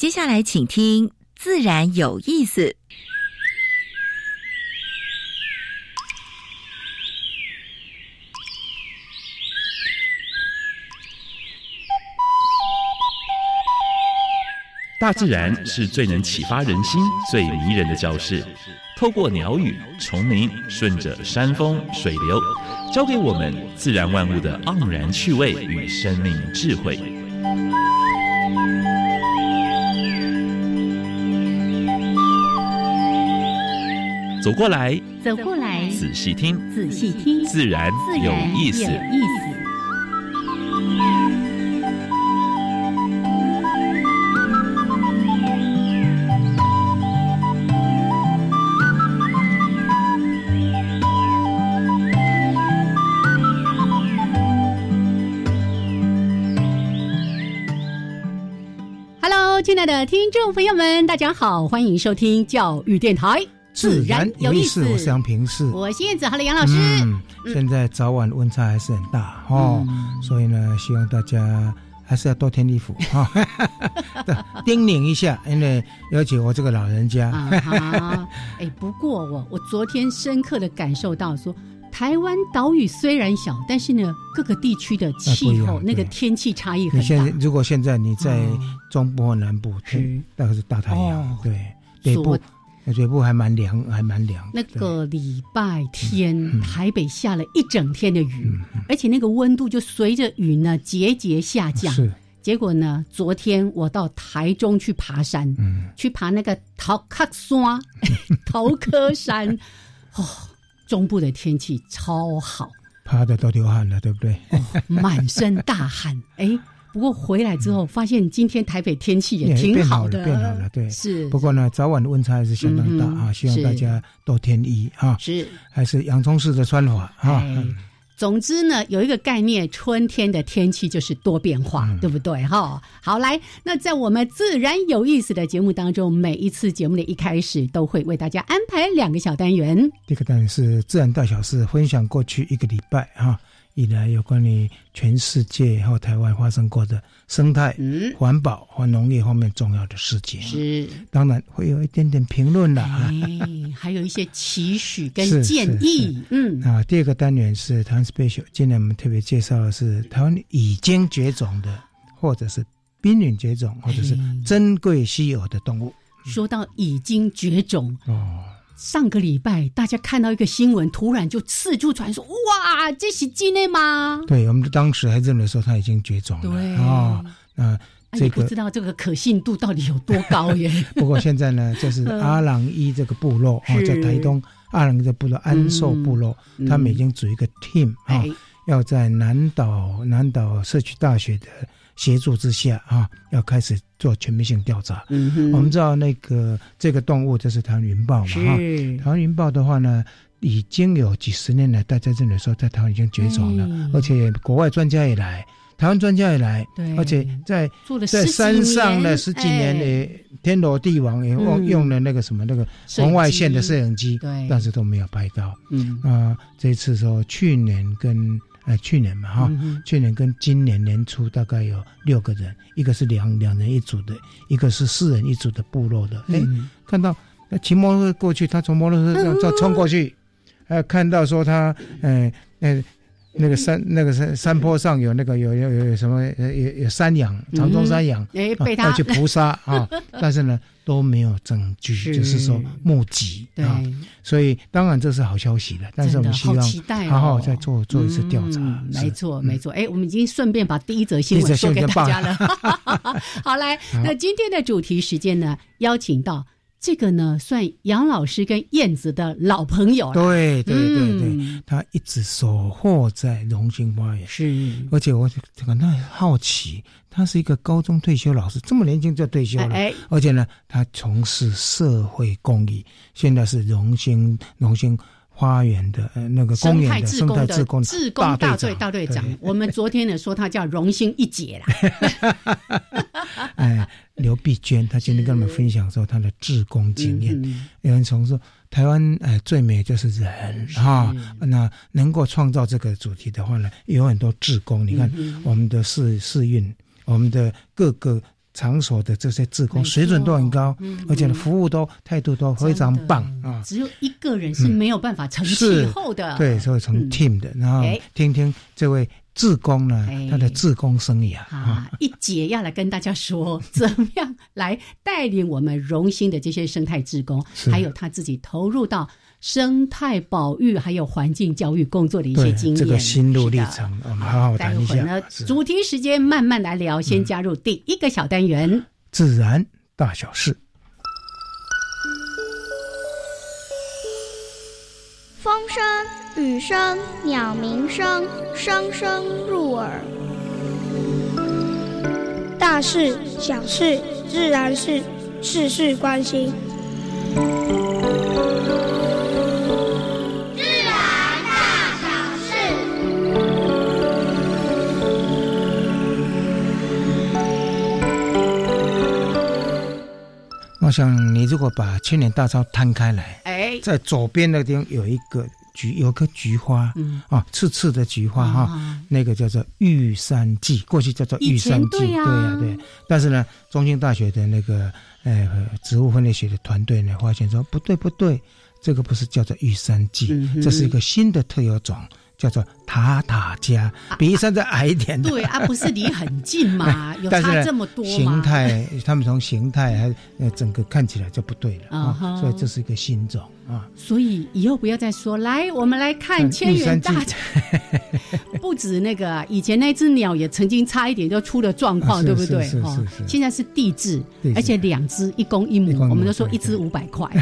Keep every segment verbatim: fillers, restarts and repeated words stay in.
接下来请听《自然有意思》。 大自然是最能启发人心、最迷人的教室。透过鸟语、虫鸣，顺着山峰、水流，教给我们自然万物的盎然趣味与生命智慧。走过来， 走过来， 仔细听， 仔细听， 自然有意思。 亲爱的听众朋友们，大家好，欢迎收听教育电台自然有意思。我是杨平士， 我是燕子，好了，杨老师。 嗯，现在早晚温差还是很大哦、嗯，所以呢，希望大家还是要多添衣服哈、哦，叮咛一下，因为尤其我这个老人家。 啊哎，不过我我昨天深刻的感受到说。台湾岛屿虽然小，但是呢，各个地区的气候、啊、那个天气差异很大。 你现在如果现在你在中部或南部，嗯、大概是大太阳，哦、对，北部北部还蛮凉，还蛮凉。 那个礼拜天、嗯，台北下了一整天的雨，嗯、而且那个温度就随着雨呢节节下降。是。结果呢，昨天我到台中去爬山，嗯、去爬那个桃壳山、桃壳山，哦。中部的天气超好， 爬的都流汗了，对不对？ 哦、满身大汗。哎，不过回来之后、嗯、发现今天台北天气也挺好的， 变好了，变好了，对。 是。 不过呢，早晚的温差还是相当大、嗯、啊，希望大家多添衣啊。 是。 还是洋葱式的穿法啊。 嗯总之呢，有一个概念，春天的天气就是多变化，嗯、对不对？哈，好，来，那在我们自然有意思的节目当中，每一次节目的一开始都会为大家安排两个小单元。 第一个单元是自然大小事，分享过去一个礼拜哈以来有关于全世界和台湾发生过的生态、嗯、环保和农业方面重要的事情。是，当然会有一点点评论啦， 哎，还有一些期许跟建议。嗯， 啊，第二个单元是台湾 special， 今天我们特别介绍的是台湾已经绝种的，或者是濒临绝种，或者是珍贵稀有的动物。 说到已经绝种哦。上个礼拜大家看到一个新闻，突然就四处传说，哇，这是真的吗？ 对，我们当时还认为说它已经绝种了。对啊，那这个、 啊、不知道这个可信度到底有多高耶。 不过现在呢，就是阿朗伊这个部落、呃、在台东阿朗伊的部落安寿部落，嗯、他们已经组一个 team 啊、嗯，要在南岛南岛社区大学的协助之下啊，要开始做全面性调查。嗯哼，我们知道那个这个动物就是台湾云豹嘛，哈，台湾云豹的话呢，已经有几十年来大家认为说在台湾已经绝种了，而且国外专家也来，台湾专家也来，对，而且在在山上的十几年的天罗地网也用、嗯、用了那个什么那个红外线的摄影机，对，但是都没有拍到。嗯啊、呃，这次说去年跟。呃，去年嘛哈、嗯，去年跟今年年初大概有六个人，一个是两两人一组的，一个是四人一组的部落的。哎、嗯，看到骑摩托车过去，他从摩托车上就冲过去，还、嗯、有看到说他，呃呃，那个山那个山山坡上有那个有有有什么有有山羊，长鬃山羊，哎、嗯，被他、啊、要去捕杀啊，但是呢都没有证据，是就是说目击啊，所以当然这是好消息了，但是我们希望好好再做、哦、做一次调查。 嗯、没错没错，哎，我们已经顺便把第一则新闻说给大家了。好，来，那今天的主题时间呢，邀请到。这个呢，算杨老师跟燕子的老朋友了。 对对对对、嗯，他一直守候在荣兴花园。是，而且我感到好奇，他是一个高中退休老师，这么年轻就退休了，哎、而且呢，他从事社会公益，现在是荣兴荣兴花园的、呃、那个公园的生态志工志工大队大队长。我们昨天呢说他叫荣兴一姐啦。 哎，刘碧娟，她今天跟我们分享说她的志工经验。有人从说台湾哎最美就是人哈、哦，那能够创造这个主题的话呢，有很多志工。你看、嗯、我们的世世运，我们的各个场所的这些志工水准都很高，嗯、而且服务都态度都非常棒啊！ 只有一个人是没有办法成气候的， 嗯、对，所以成 team 的，嗯、然后听听这位志工呢，哎、他的志工生涯啊，一节要来跟大家说，怎么样来带领我们荣兴的这些生态志工，还有他自己投入到生态保育还有环境教育工作的一些经验， 这个心路历程，我们好好谈一下。 待会呢，主题时间慢慢来聊，先加入第一个小单元，嗯、 自然大小事。 风声、雨声、鸟鸣声，声声入耳。大事、小事、自然事，事事关心。自然大小事。 我想，你如果把千年大钞摊开来， 哎， 在左边那个地方有一个菊，有颗菊花，嗯啊，刺刺的菊花哈，啊、那个叫做玉山记，过去叫做玉山记，对呀、啊、对。但是呢，中兴大学的那个呃植物分类学的团队呢，发现说不对不对，这个不是叫做玉山记，嗯、这是一个新的特有种。叫做塔塔加，比玉山再矮一点的。 对啊，不是离很近嘛，有差这么多吗？ 形态，他们从形态还呃整个看起来就不对了啊、uh 哦，所以这是一个新种啊。 所以以后不要再说，来，我们来看千元大钞。不止那个，以前那只鸟也曾经差一点就出了状况，对不对？ 是是是是。 现在是地质，而且两只一公一母，我们都说一只五百块。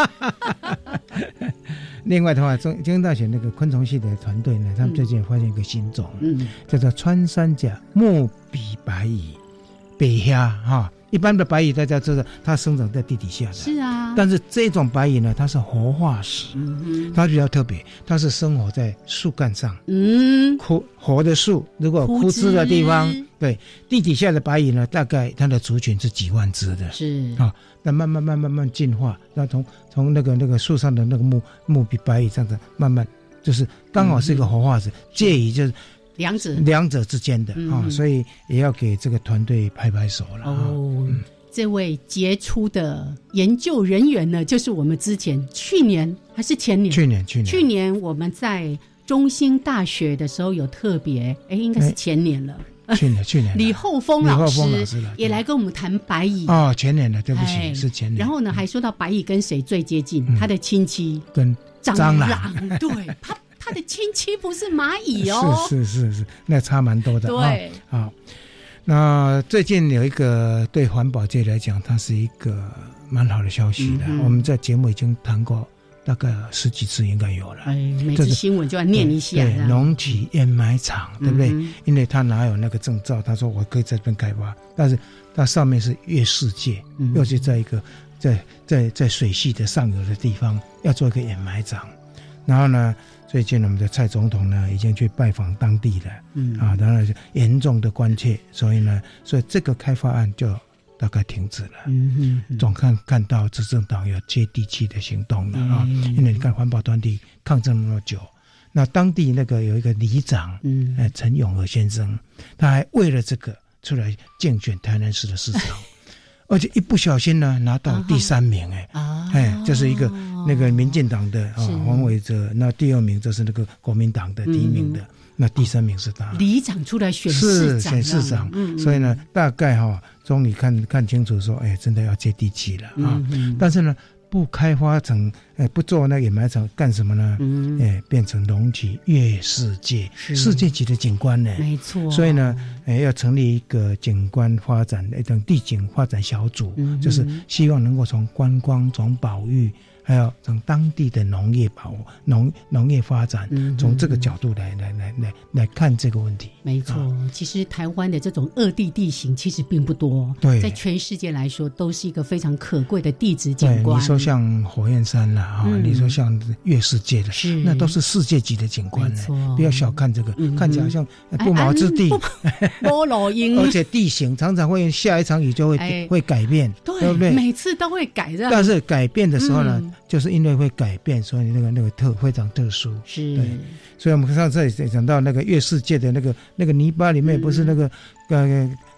另外的话，中中兴大学那个昆虫系的团队呢，他们最近也发现一个新种，嗯，叫做穿山甲木笔白蚁，北虾哈。一般的白蚁大家知道，它生长在地底下的， 是啊。 但是这种白蚁呢，它是活化石，嗯、它比较特别，它是生活在树干上，嗯，枯活的树，如果枯枝的地方，对，地底下的白蚁呢，大概它的族群是几万只的， 是啊。那慢慢慢慢慢进化，那从从那个那个树上的那个木木笔白蚁这样子，慢慢就是刚好是一个活化石，嗯、介于就是两者两者之间的啊、嗯哦，所以也要给这个团队拍拍手了。 哦，嗯、这位杰出的研究人员呢，就是我们之前去年还是前年， 去年去年去年我们在中兴大学的时候有特别，哎，应该是前年了。 去年去年李厚峰老师也来跟我们谈白蚁哦，前年的对不起是前年。 然后呢，还说到白蚁跟谁最接近？嗯、他的亲戚跟蟑螂，对，他他的亲戚不是蚂蚁哦， 是是是是，那差蛮多的。 对啊、哦，那最近有一个对环保界来讲，它是一个蛮好的消息的。嗯、我们在节目已经谈过。大概十几次应该有了， 哎，每次新闻就要念一下。 对，农企掩埋场，对不对？嗯、因为他哪有那个证照？他说我可以在这边开发，但是它上面是月世界，嗯、又是在一个在在在水系的上游的地方要做一个掩埋场。然后呢，最近我们的蔡总统呢已经去拜访当地了，嗯啊，当然是严重的关切，所以呢，所以这个开发案就大概停止了，嗯嗯，总看看到执政党有接地气的行动了啊、嗯，因为你看环保团体抗争那么久，那当地那个有一个里长，嗯，呃，陈永和先生，他还为了这个出来竞选台南市的市长，而且一不小心呢拿到第三名，哎、啊，哎，这是一个那个民进党的啊黄伟哲，那第二名就是那个国民党的第一名的。嗯，那第三名是他， 里长出来选市长， 是选市长，嗯、所以呢，大概哈、哦，终于看看清楚说，哎，真的要接地气了啊！嗯嗯、但是呢，不开发成，哎，不做那个掩埋场干什么呢？嗯，哎，变成农企越世界，世界级的景观呢， 没错。 所以呢，哎，要成立一个景观发展一种地景发展小组，嗯、就是希望能够从观光、从保育。还有从当地的农业保农农业发展，嗯、从这个角度来来来来来看这个问题。 没错，啊、其实台湾的这种二地地形其实并不多， 对， 在全世界来说都是一个非常可贵的地质景观。 你说像火焰山啦，啊、嗯，你说像月世界的， 是那都是世界级的景观呢。不要小看这个，嗯、看起来好像不毛之地， 菠萝音， 而且地形常常会下一场雨就会、哎、会改变， 对， 对不对？ 每次都会改的。 但是改变的时候呢？嗯，就是因为会改变，所以那个那个特非常特殊， 是对。所以我们上次也讲到那个月世界的那个那个泥巴里面不是那个、嗯、呃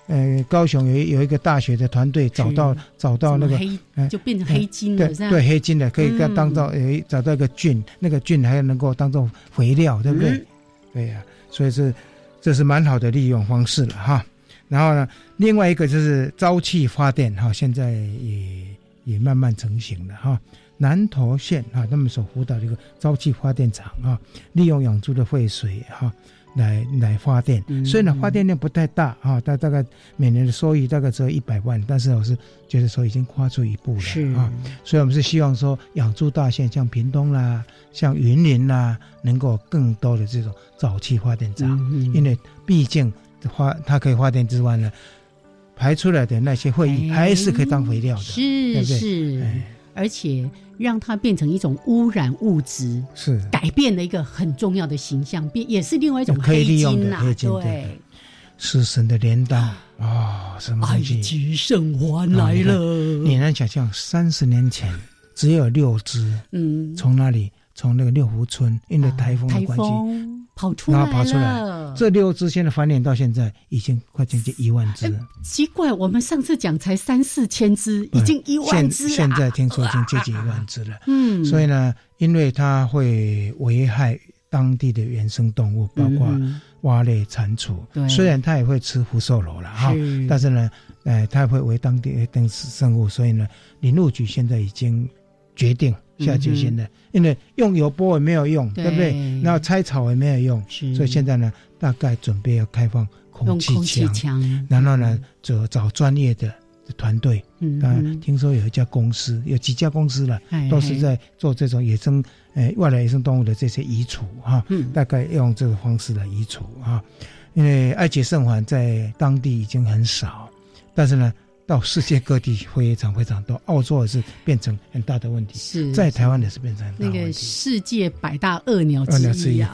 呃，高雄有有一个大学的团队找到找到那个黑、呃、就变成黑金了， 对对，黑金的可以当做呃、嗯、找到一个菌，那个菌还能够当做肥料，对不对？嗯、对呀、啊，所以是这是蛮好的利用方式了哈。然后呢，另外一个就是沼气发电哈，现在也也慢慢成型了哈。南投县啊，他们所辅导的一个沼气发电厂啊，利用养猪的废水哈。来来发电，虽然发电量不太大啊，大大概每年的收益大概只有一百万，但是我是觉得说已经跨出一步了啊，所以我们是希望说养猪大县像屏东啦、像云林啦，能够更多的这种沼气发电厂，嗯、因为毕竟发它可以发电之外呢，排出来的那些废液还是可以当肥料的， 是对不对？ 是，哎、而且。让它变成一种污染物质， 是改变了一个很重要的形象，变也是另外一种黑金呐、啊。对， 食神的镰刀啊，什么东西？ 埃及圣环来了。 哦、你, 你能想象三十年前只有六只？嗯，从哪里？从那个六福村，因为台风的关系。啊跑出来了，跑出来，这六只现在繁衍到现在已经快将近一万只了。 奇怪，我们上次讲才三四千只，已经一万只了。 现在听说已经接近一万只了。嗯，所以呢，因为它会危害当地的原生动物，包括蛙类、蟾蜍。嗯、虽然它也会吃福寿螺了哈，但是呢，呃，它会为当地的等生物，所以呢，林务局现在已经决定。下决心的，嗯、因为用油钵也没有用， 对, 对不对？然后拆草也没有用，所以现在呢，大概准备要开放空气枪，然后呢，就找专业的团队。嗯，啊，听说有一家公司，有几家公司了，嗯、都是在做这种野生呃外来野生动物的这些移除哈，嗯、大概用这个方式来移除啊。因为埃及圣环在当地已经很少，但是呢。到世界各地非常非常多，澳洲也是变成很大的问题，是在台湾也是变成很大的问题。 那个世界百大恶鸟之一啊！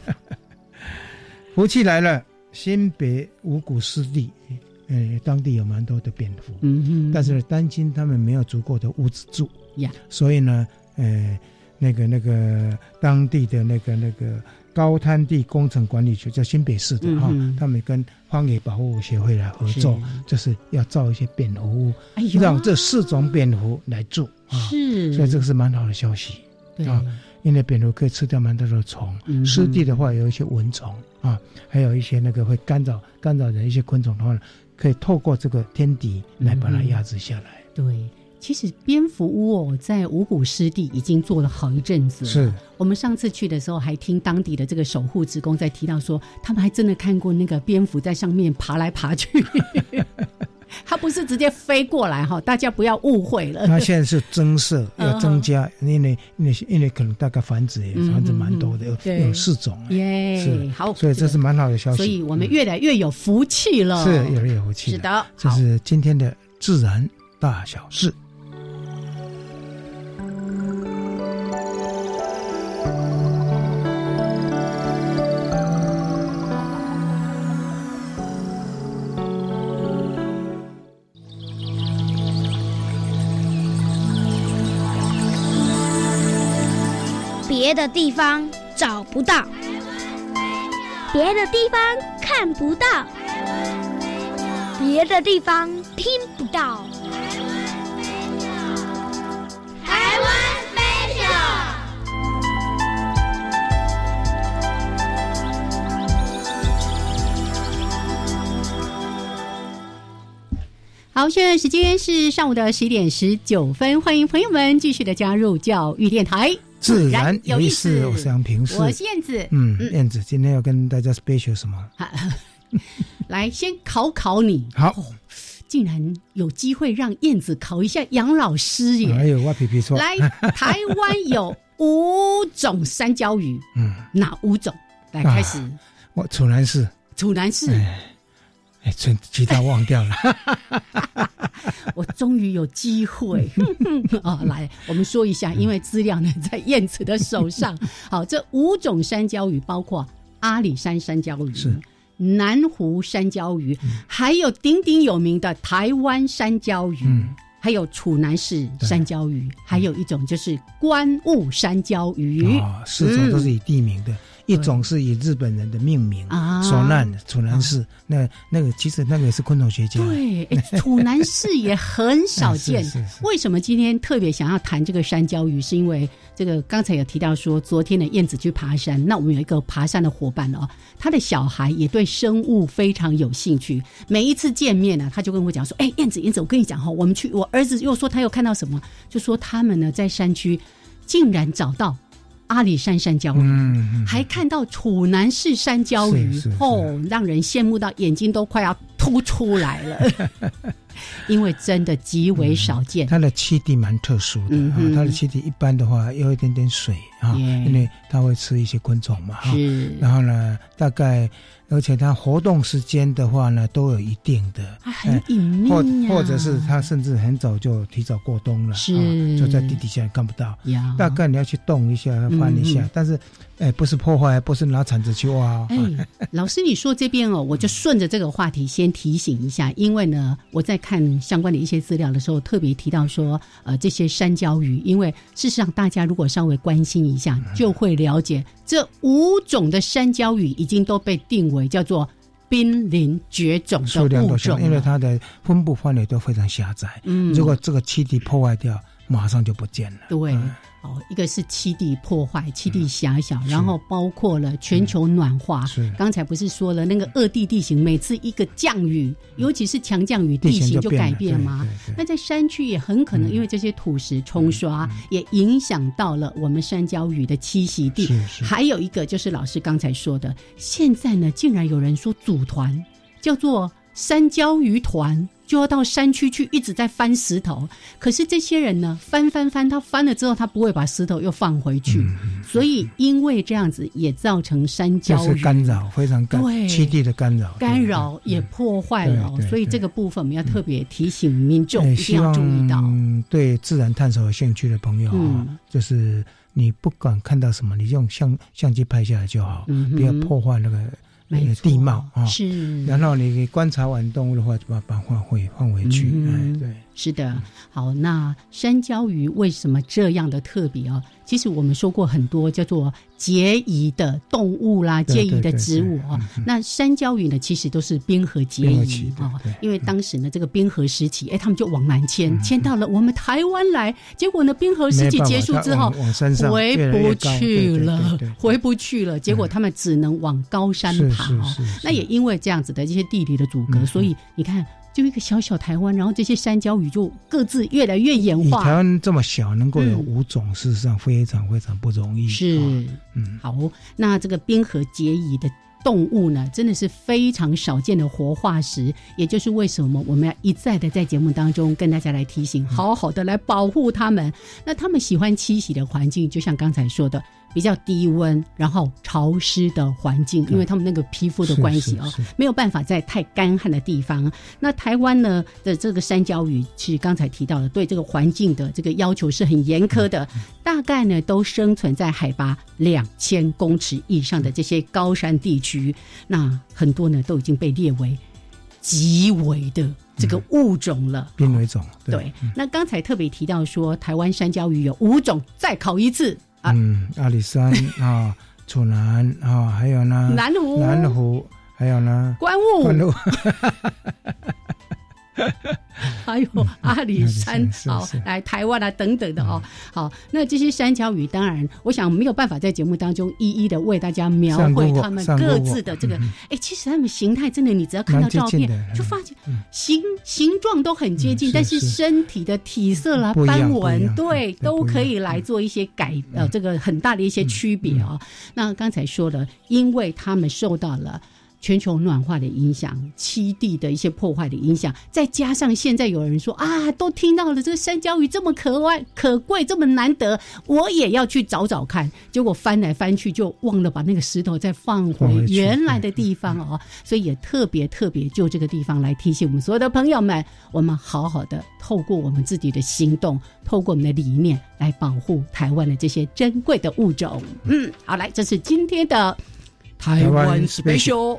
福气来了，新北五股湿地，呃，当地有蛮多的蝙蝠，嗯哼，但是担心他们没有足够的屋子住呀，所以呢，呃，那个那个当地的那个那个。高滩地工程管理局叫新北市的哈、嗯，他们跟荒野保护协会来合作，就是要造一些蝙蝠屋，哎、让这四种蝙蝠来住啊。是，所以这个是蛮好的消息啊，因为蝙蝠可以吃掉蛮多的虫，嗯、湿地的话有一些蚊虫啊，还有一些那个会干扰干扰的一些昆虫的话，可以透过这个天敌来把它压制下来。 嗯、对。其实蝙蝠屋哦，在五股湿地已经做了好一阵子了。是，我们上次去的时候，还听当地的这个守护职工在提到说，他们还真的看过那个蝙蝠在上面爬来爬去。它不是直接飞过来哈，大家不要误会了。 它现在是增设，要增加，因为因为因为可能大概繁殖也繁殖蛮多的，有有四种。耶，是好，所以这是蛮好的消息。 所以我们越来越有福气了。 是，越来越有福气。 是的， 这是今天的自然大小事。 别的地方找不到，别的地方看不到，别的地方听不到。台湾 Special。 好，现在时间是上午的十一点十九分，欢迎朋友们继续的加入教育电台。 自然有意思，我是杨平世， 我是燕子。 嗯，燕子今天要跟大家 special 什么？ 来，先考考你。 好、 哦，竟然有机会让燕子考一下杨老师耶！ 哎呦，我皮皮错。 来，台湾有五种山椒鱼，嗯，哪五种？来，开始。啊、 我楚南氏， 楚南氏。 哎，真其他忘掉了。 我终于有机会啊、哦！来，我们说一下，因为资料呢在燕子的手上。好，这五种山椒鱼包括阿里山山椒鱼、是南湖山椒鱼、嗯，还有鼎鼎有名的台湾山椒鱼，嗯、还有楚南氏山椒鱼，还有一种就是观雾山椒鱼。 哦，四种都是以地名的。嗯一种是以日本人的命名啊，首南楚南氏，那那个其实那个也是昆虫学家。 对，楚南氏也很少见。是是是，为什么今天特别想要谈这个山椒鱼？是因为这个刚才有提到说，昨天的燕子去爬山，那我们有一个爬山的伙伴哦，他的小孩也对生物非常有兴趣。每一次见面呢、啊，他就跟我讲说：“哎，燕子，燕子，我跟你讲哈，我们去，我儿子又说他又看到什么，就说他们呢在山区竟然找到阿里山山椒鱼，嗯、还看到楚南氏山椒鱼，哦，让人羡慕到眼睛都快要凸出来了。”因为真的极为少见，嗯、 它的栖地蛮特殊的、嗯啊、它的栖地一般的话有一点点水啊，因为它会吃一些昆虫嘛，是。然后呢，大概而且它活动时间的话呢，都有一定的， 啊、很隐秘、啊哎，或或者是它甚至很早就提早过冬了，是，啊、就在地底下看不到。大概你要去动一下、翻一下，嗯、但是。哎，不是破坏，不是拿铲子去挖。 哎，老师，你说这边哦，我就顺着这个话题先提醒一下，因为呢，我在看相关的一些资料的时候，特别提到说，呃，这些山椒鱼，因为事实上大家如果稍微关心一下，就会了解这五种的山椒鱼已经都被定为叫做濒临绝种的物种， 因为它的分布范围都非常狭窄。嗯，如果这个栖地破坏掉，马上就不见了。 对。嗯哦，一个是栖地破坏，栖地狭小，嗯、然后包括了全球暖化。刚才不是说了那个恶地地形，每次一个降雨，尤其是强降雨，地形就改变吗？那在山区也很可能因为这些土石冲刷，嗯、也影响到了我们山椒鱼的栖息地。还有一个就是老师刚才说的，现在呢，竟然有人说组团叫做山椒鱼团。就要到山区去一直在翻石头，可是这些人呢，翻翻翻，他翻了之后，他不会把石头又放回去，嗯、所以因为这样子也造成山椒鱼就是干扰，非常干栖地的干扰， 干扰也破坏了，所以这个部分我们要特别提醒民众、嗯、一定要注意到。 嗯，对自然探索有兴趣的朋友、嗯、就是你不管看到什么，你用相相机拍下来就好，嗯、不要破坏那个。那个地貌啊，是，然后你观察完动物的话，就把它放回放回去。嗯，哎，对， 是的。好，那山椒鱼为什么这样的特别啊？其实我们说过很多叫做节宜的动物啦，节宜的植物啊。那山椒鱼呢，其实都是冰河节宜啊，因为当时呢，这个冰河时期，哎，他们就往南迁，迁、嗯、到了我们台湾来。结果呢，冰河时期结束之后，回不去了，回不去了。结果他们只能往高山爬哦。那也因为这样子的这些地理的阻隔，嗯、所以你看。就一个小小台湾，然后这些山椒鱼就各自越来越演化。 台湾这么小，能够有五种，嗯、事实上非常非常不容易。 是，嗯，好，那这个冰河节宜的动物呢，真的是非常少见的活化石，也就是为什么我们要一再的在节目当中跟大家来提醒，好好的来保护它们。那它们喜欢栖息的环境，就像刚才说的。比较低温，然后潮湿的环境，因为他们那个皮肤的关系哦，没有办法在太干旱的地方。那台湾呢的这个山椒鱼，其实刚才提到的，对这个环境的这个要求是很严苛的，嗯、大概呢都生存在海拔两千公尺以上的这些高山地区。那很多呢都已经被列为极危的这个物种了， 濒危种。 对，对嗯、那刚才特别提到说，台湾山椒鱼有五种，再考一次。 啊、嗯，阿里山啊，楚南啊，还有呢， 南湖， 南湖，还有呢， 观雾， 观雾， 还有阿里山，嗯、好，来台湾啊等等的哦。嗯、好，那这些山椒鱼，当然，我想没有办法在节目当中一一的为大家描绘他们各自的这个。哎、嗯，其实他们形态真的，你只要看到照片，就发现形、嗯、形状都很接近，嗯、但是身体的体色啦、斑纹，对，都可以来做一些改呃这个很大的一些区别哦。嗯、那刚才说了，因为他们受到了。全球暖化的影响，栖地的一些破坏的影响，再加上现在有人说啊，都听到了这个山椒鱼这么可爱、可贵、这么难得，我也要去找找看。结果翻来翻去，就忘了把那个石头再放回原来的地方哦。所以也特别特别就这个地方来提醒我们所有的朋友们，我们好好的透过我们自己的行动，透过我们的理念来保护台湾的这些珍贵的物种。嗯，好，来，这是今天的。台湾 special。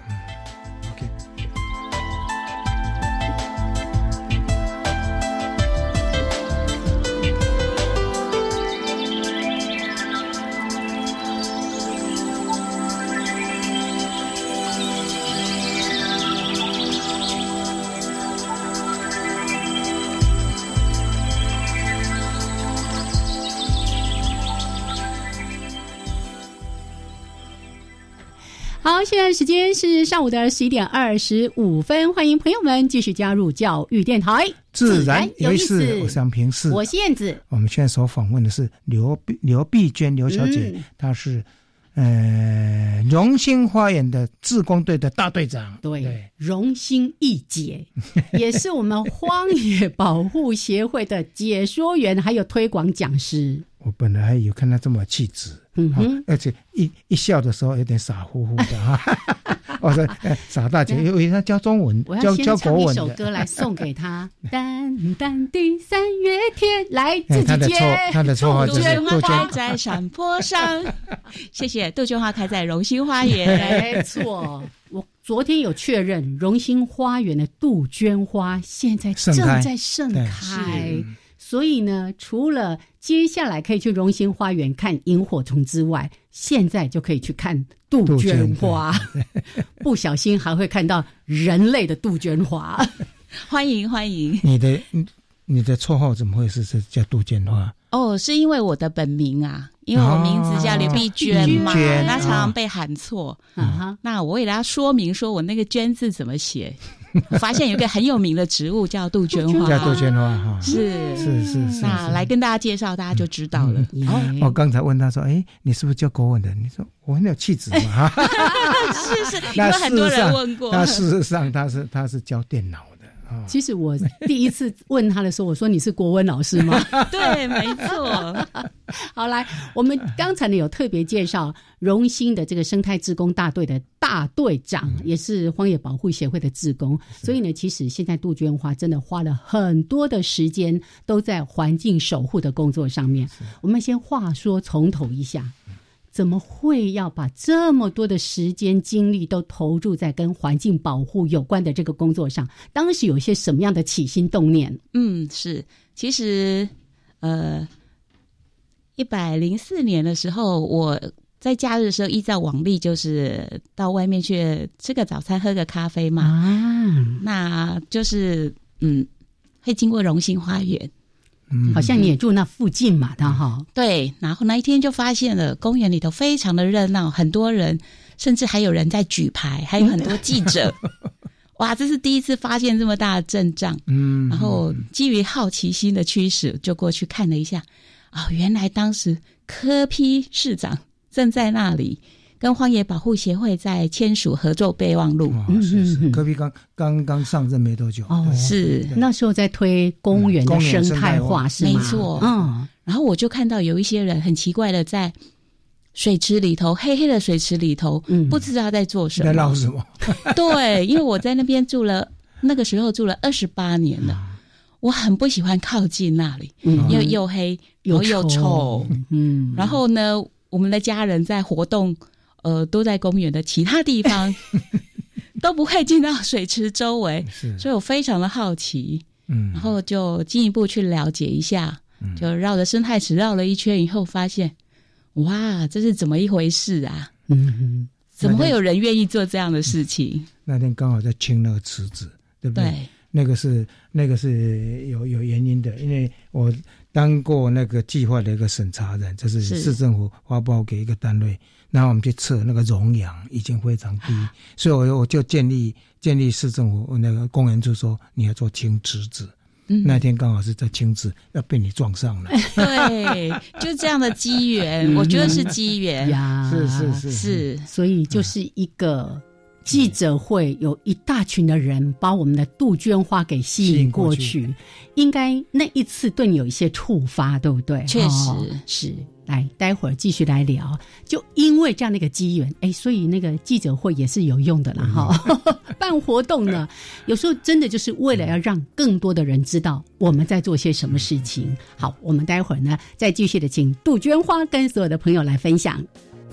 好，现在时间是上午的十一点二十五分，欢迎朋友们继续加入教育电台， 自然有意思。我是杨平世， 我是燕子。 我们现在所访问的是刘刘碧娟刘小姐，嗯、她是呃荣兴花园的志工队的大队长， 对，对荣兴一姐，也是我们荒野保护协会的解说员，还有推广讲师。 我本来有看他这么气质，嗯哼、哦，而且一一笑的时候有点傻乎乎的哈。我说、哎、傻大姐，因为他教中文， 我要先唱一首歌来送给他。淡淡的三月天，来自己接。 他的绰号就是杜鹃花在山坡上。谢谢，杜鹃花开在荣兴花园。 没错，我昨天有确认，荣兴花园的杜鹃花现在正在盛开。所以呢，除了接下来可以去荣兴花园看萤火虫之外，现在就可以去看杜鹃花，不小心还会看到人类的杜鹃花。 欢迎欢迎！ 你的你的绰号怎么会是是叫杜鹃花？ 哦，是因为我的本名啊，因为我名字叫刘碧娟嘛，哦、那常常被喊错。嗯、那我也给大家说明说我那个娟字怎么写。我发现有一个很有名的植物叫杜鹃花， 叫杜鹃花哈， 是是是是。 那来跟大家介绍，大家就知道了。 嗯嗯、我刚才问他说：“哎，你是不是教国文的？”你说我很有气质嘛？ 是是，有很多人问过。 那事实上他是他是教电脑的。 其实我第一次问他的时候，我说你是国文老师吗？ 对，没错。 好，来，我们刚才呢有特别介绍荣兴的这个生态志工大队的大队长，嗯、也是荒野保护协会的志工。所以呢，其实现在杜鹃花真的花了很多的时间都在环境守护的工作上面。我们先话说从头一下。怎么会要把这么多的时间精力都投入在跟环境保护有关的这个工作上？当时有一些什么样的起心动念？ 嗯，是，其实呃一百零四年的时候，我在假日的时候依照往例就是到外面去吃个早餐喝个咖啡嘛，啊，那就是嗯会经过荣兴花园， 好像你也住那附近嘛，他哈、嗯。 对，然后那一天就发现了公园里头非常的热闹，很多人，甚至还有人在举牌，还有很多记者。哇，这是第一次发现这么大的阵仗。嗯，然后基于好奇心的驱使，就过去看了一下。啊、哦，原来当时柯 P 市长正在那里跟荒野保护协会在签署合作备忘录。 哦、是是，柯 P 刚刚刚上任没多久。 哦，是那时候在推公园的生态化，是吗？ 没错。嗯，然后我就看到有一些人很奇怪的在水池里头，黑黑的水池里头，嗯、不知道在做什么， 在闹什么？ 对，因为我在那边住了，那个时候住了二十八年了。嗯，我很不喜欢靠近那里，嗯、因为又黑又又臭。嗯，然后呢，我们的家人在活动。呃，都在公园的其他地方都不会进到水池周围，所以我非常的好奇，嗯，然后就进一步去了解一下，嗯、就绕着生态池绕了一圈以后，发现，哇，这是怎么一回事啊？嗯，怎么会有人愿意做这样的事情？ 那天刚好在清那个池子，对不对？对，那个是那个是有有原因的，因为我当过那个计划的一个审查人，这是市政府发包给一个单位。然后我们去测那个溶氧已经非常低，啊、所以我我就建议建议市政府那个公园处说你要做清池子。嗯，那天刚好是在清池，要被你撞上了。 对，就这样的机缘，我觉得是机缘呀， 是是是是，所以就是一个记者会，有一大群的人把我们的杜鹃花给吸引过去，过去应该那一次对你有一些触发，对不对？ 确实、哦、 是。来，待会儿继续来聊。就因为这样的一个机缘，哎，所以那个记者会也是有用的啦，哈、嗯。办活动呢，有时候真的就是为了要让更多的人知道我们在做些什么事情。好，我们待会儿呢，再继续的请杜鹃花跟所有的朋友来分享。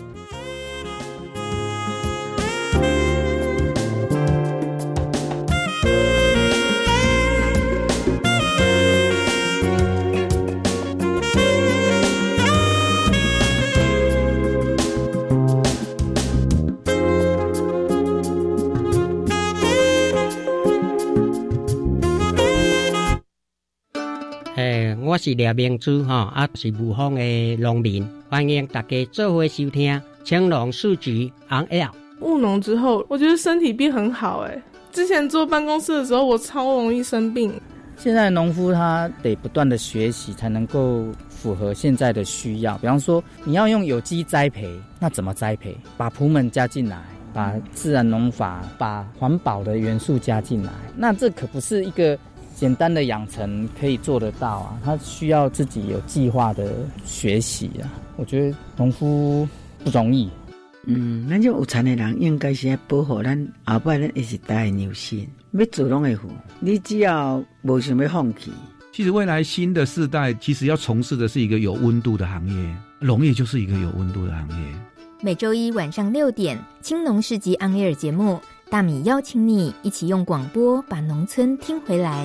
我是廖明珠哈，啊是武丰的农民，欢迎大家做伙收听青龙数据 on air。 务农之后，我觉得身体变很好哎。之前坐办公室的时候，我超容易生病。 现在农夫他得不断的学习，才能够符合现在的需要。比方说，你要用有机栽培，那怎么栽培？把莆门加进来，把自然农法、把环保的元素加进来，那这可不是一个简单的养成可以做得到啊，它需要自己有计划的学习啊。我觉得农夫不容易。 嗯，咱这有田的人应该是要保护咱后摆咱一时代的牛身，要做拢会付。你只要无想要放弃。 其实未来新的世代其实要从事的是一个有温度的行业，农业就是一个有温度的行业。 每周一晚上六点，青农市集 On Air 节目，大米邀请你一起用广播把农村听回来。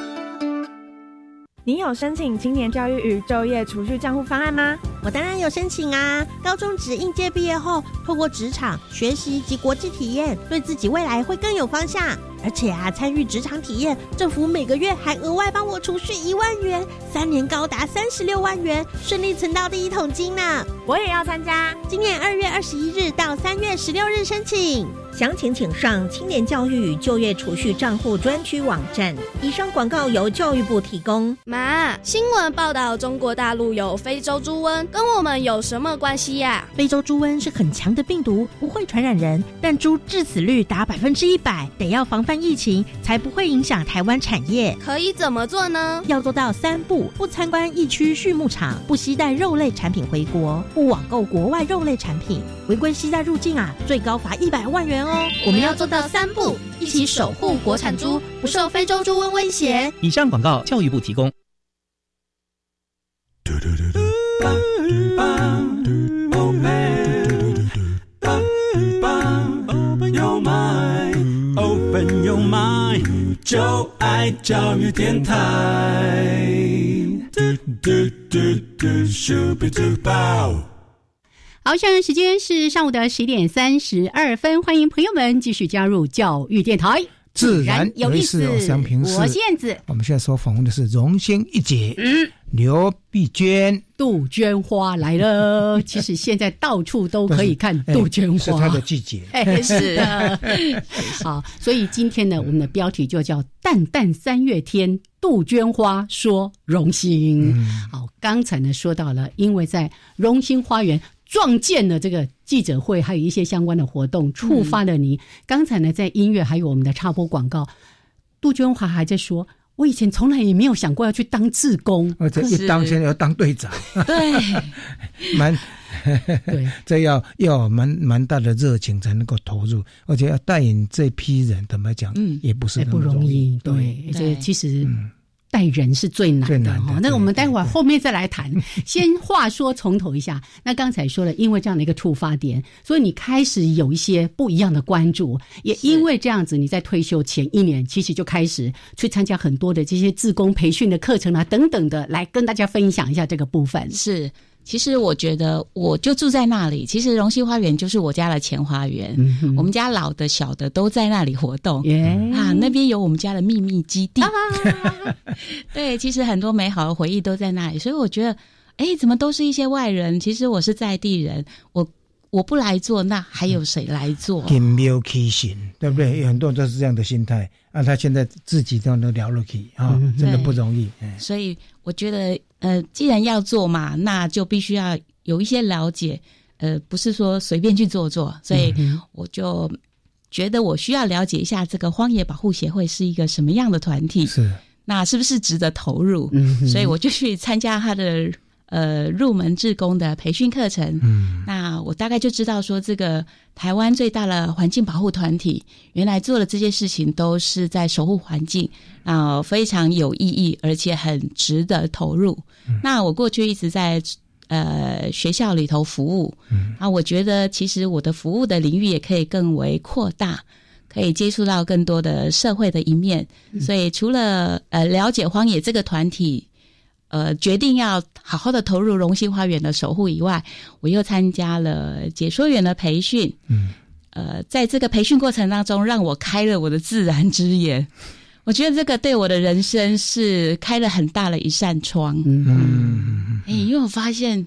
你有申请青年教育与就业储蓄账户方案吗？ 我当然有申请啊！高中职应届毕业后，透过职场学习及国际体验，对自己未来会更有方向。而且啊，参与职场体验，政府每个月还额外帮我储蓄一万元，三年高达三十六万元，顺利存到第一桶金呢！ 我也要参加。 今年二月二十一日到三月十六日申请， 详情请上青年教育与就业储蓄账户专区网站。以上广告由教育部提供。 妈，新闻报道中国大陆有非洲猪瘟，跟我们有什么关系呀？ 非洲猪瘟是很强的病毒，不会传染人，但猪致死率达百分之一百，得要防范疫情，才不会影响台湾产业。 可以怎么做呢？ 要做到三不：不参观疫区畜牧场，不携带肉类产品回国，不网购国外肉类产品。违规携带入境啊，最高罚一百万元哦。 我们要做到三不，一起守护国产猪，不受非洲猪瘟威胁。 以上广告，教育部提供。 Open your mind， 就爱教育电台。 好，现在时间是上午的十一点三十二分，欢迎朋友们继续加入教育电台。 自然有意思，我想平视。 我是燕子。 我们现在所访问的是荣兴一姐，嗯，刘碧娟， 杜鹃花来了。其实现在到处都可以看杜鹃花， 是它的季节。 哎，是的。好，所以今天呢，我们的标题就叫“淡淡三月天，杜鹃花说荣兴”。嗯、好，刚才呢说到了，因为在荣兴花园撞见了这个记者会，还有一些相关的活动，触发了你。嗯、刚才呢，在音乐还有我们的插播广告，杜鹃花还在说，我以前从来也没有想过要去当志工， 而且一当现在要当队长， 对， 蛮对，这要要蛮蛮大的热情才能够投入，而且要带领这批人，怎么讲，嗯，也不是那么容易， 不容易对，而且其实。嗯带人是最难的哈，那我们待会儿后面再来谈。先话说从头一下，那刚才说了，因为这样的一个触发点，所以你开始有一些不一样的关注，也因为这样子，你在退休前一年，其实就开始去参加很多的这些志工培训的课程啊，等等的，来跟大家分享一下这个部分。 是。其实我觉得我就住在那里，其实荣兴花园就是我家的前花园，嗯、我们家老的小的都在那里活动，啊，那边有我们家的秘密基地，啊、对，其实很多美好的回忆都在那里，所以我觉得，哎，怎么都是一些外人？其实我是在地人，我我不来做，那还有谁来做？ 金庙起行，对不对？有很多人都是这样的心态啊。他现在自己都能聊得起啊，嗯、真的不容易。 所以我觉得。呃，既然要做嘛，那就必须要有一些了解，呃，不是说随便去做做，所以我就觉得我需要了解一下这个荒野保护协会是一个什么样的团体， 是那是不是值得投入？嗯，所以我就去参加他的呃入门志工的培训课程。嗯，那我大概就知道说，这个台湾最大的环境保护团体，原来做的这些事情都是在守护环境。啊、呃，非常有意义，而且很值得投入。嗯、那我过去一直在呃学校里头服务，嗯，啊，我觉得其实我的服务的领域也可以更为扩大，可以接触到更多的社会的一面。嗯、所以除了呃了解荒野这个团体，呃决定要好好的投入荣兴花园的守护以外，我又参加了解说员的培训。嗯，呃，在这个培训过程当中，让我开了我的自然之眼。我觉得这个对我的人生是开了很大的一扇窗。嗯，哎，因为我发现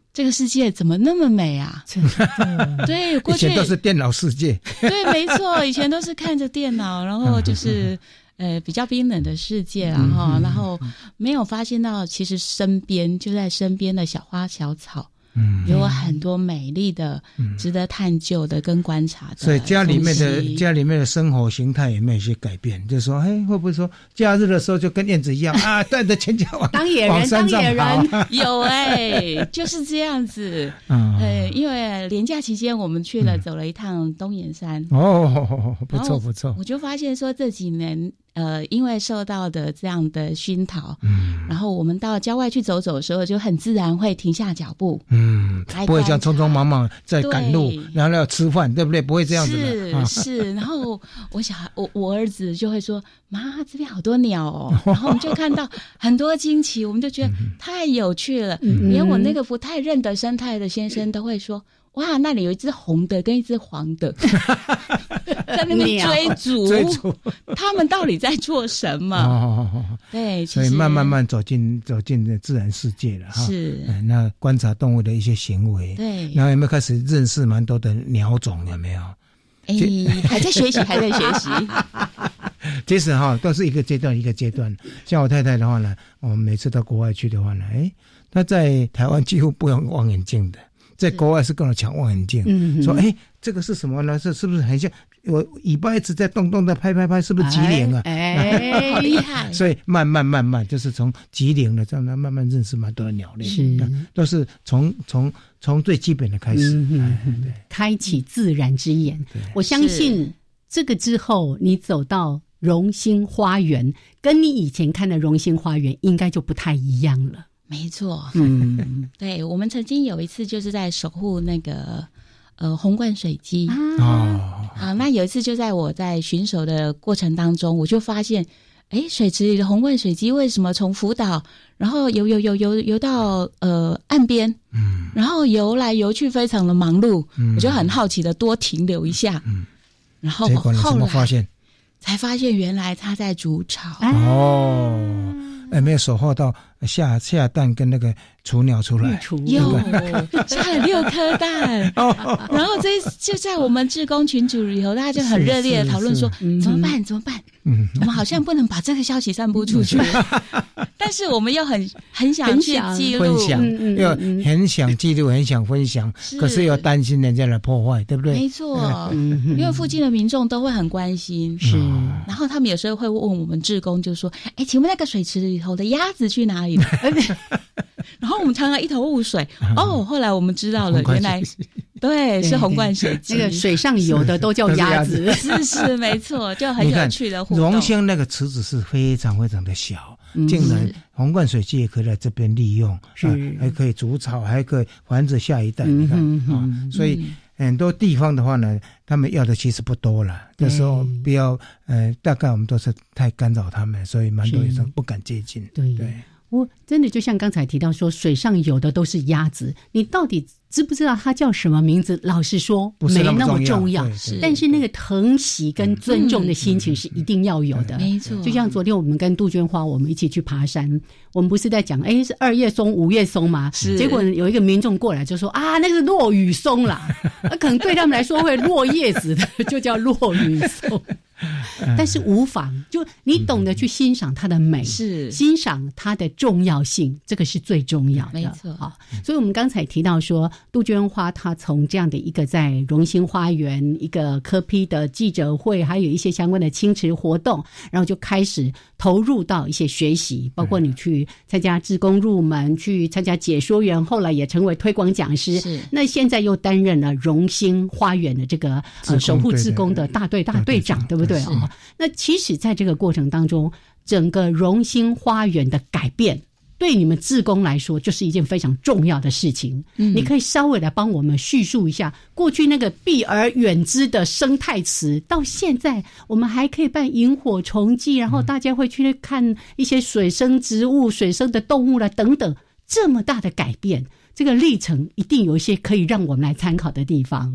这个世界怎么那么美啊？对，过去以前都是电脑世界。 对，没错，以前都是看着电脑，然后就是呃比较冰冷的世界啊哈、嗯，然后没有发现到其实身边就在身边的小花小草。嗯，有很多美丽的、嗯、值得探究的跟观察的， 所以家里面的家里面的生活形态有没有一些改变？就是说，哎，会不会说假日的时候就跟燕子一样啊，带着全家往当野人，当野人有哎、欸，就是这样子。嗯，呃，因为连假期间我们去了、嗯、走了一趟东岩山， 哦，不错不错。 我就发现说这几年。呃，因为受到的这样的熏陶，嗯，然后我们到郊外去走走的时候，就很自然会停下脚步， 嗯，不会像匆匆忙忙在赶路，然后要吃饭，对不对？不会这样子的。 是是，然后我小孩，我我儿子就会说：“妈，这边好多鸟哦。”然后我们就看到很多惊奇，我们就觉得太有趣了。嗯、连我那个不太认得生态的先生都会说。哇，那里有一只红的跟一只黄的在那边追逐， 追逐， 他们到底在做什么？哦，对， 所以慢慢慢走进走进自然世界了哈。 是、 嗯，那观察动物的一些行为， 对， 然后有没有开始认识蛮多的鸟种？有没有？ 哎，还在学习，还在学习。 其实哈，都是一个阶段一个阶段。像我太太的话呢，我们每次到国外去的话呢，哎，她在台湾几乎不用望远镜的。在国外是跟我抢望远镜，嗯、说哎，这个是什么呢？这是不是很像我尾巴一直在动动的拍拍拍，是不是吉林啊？ 哎，哎好厉害！ 所以慢慢慢慢就是从吉林的这样慢慢认识蛮多的鸟类， 是都是从从从最基本的开始，嗯哎、对，开启自然之眼。我相信这个之后，你走到荣兴花园，跟你以前看的荣兴花园应该就不太一样了。 没错，嗯，对，我们曾经有一次就是在守护那个呃红冠水鸡啊，啊，那有一次就在我在巡守的过程当中，我就发现，哎，水池里的红冠水鸡为什么从福岛，然后游游游游游到呃岸边，嗯，然后游来游去非常的忙碌，嗯、我就很好奇的多停留一下，嗯，然后后来发现才发现原来它在筑巢哦。哎，没有守候到下下蛋跟那个雏鸟出来， 有下了六颗蛋，然后这就在我们志工群组里头，大家就很热烈的讨论说怎么办怎么办，嗯，我们好像不能把这个消息散布出去，但是我们又很很想去记录， 分享，又很想记录，很想分享，可是又担心人家来破坏，对不对？ 没错，因为附近的民众都会很关心，是，然后他们有时候会问我们志工，就说：“哎，请问那个水池里头的鸭子去哪里了？”然后我们常常一头雾水。哦，后来我们知道了，原来对是红冠水鸡， 那个水上游的都叫鸭子， 是是没错，就很有趣的互动。 荣兴那个池子是非常非常的小，竟然红冠水鸡也可以在这边利用，是、啊、还可以筑巢，还可以繁殖下一代。你看、嗯嗯、啊，所以。很多地方的话呢，他们要的其实不多了。那时候不要，呃，大概我们都是太干扰他们，所以蛮多人不敢接近。 对对，我真的就像刚才提到说，水上有的都是鸭子，你到底知不知道它叫什么名字？老实说，没那么重要。但是那个疼惜跟尊重的心情是一定要有的。 没错， 就像昨天我们跟杜鹃花，我们一起去爬山，我们不是在讲，哎，是二叶松、五叶松吗？是。结果有一个民众过来就说啊，那个是落羽松啦，那可能对他们来说会落叶子的，就叫落羽松。但是无妨，就你懂得去欣赏它的美，是欣赏它的重要性，这个是最重要的。 没错啊，所以我们刚才提到说，杜鹃花它从这样的一个在荣兴花园一个科批的记者会，还有一些相关的亲子活动，然后就开始投入到一些学习，包括你去参加志工入门，去参加解说员，后来也成为推广讲师。是，那现在又担任了荣兴花园的这个呃守护志工的大队大队长，对不对？对哦，那其实在这个过程当中，整个荣兴花园的改变对你们志工来说就是一件非常重要的事情。嗯，你可以稍微来帮我们叙述一下过去那个避而远之的生态池，到现在我们还可以办萤火虫季，然后大家会去看一些水生植物、水生的动物啦等等，这么大的改变，这个历程一定有一些可以让我们来参考的地方。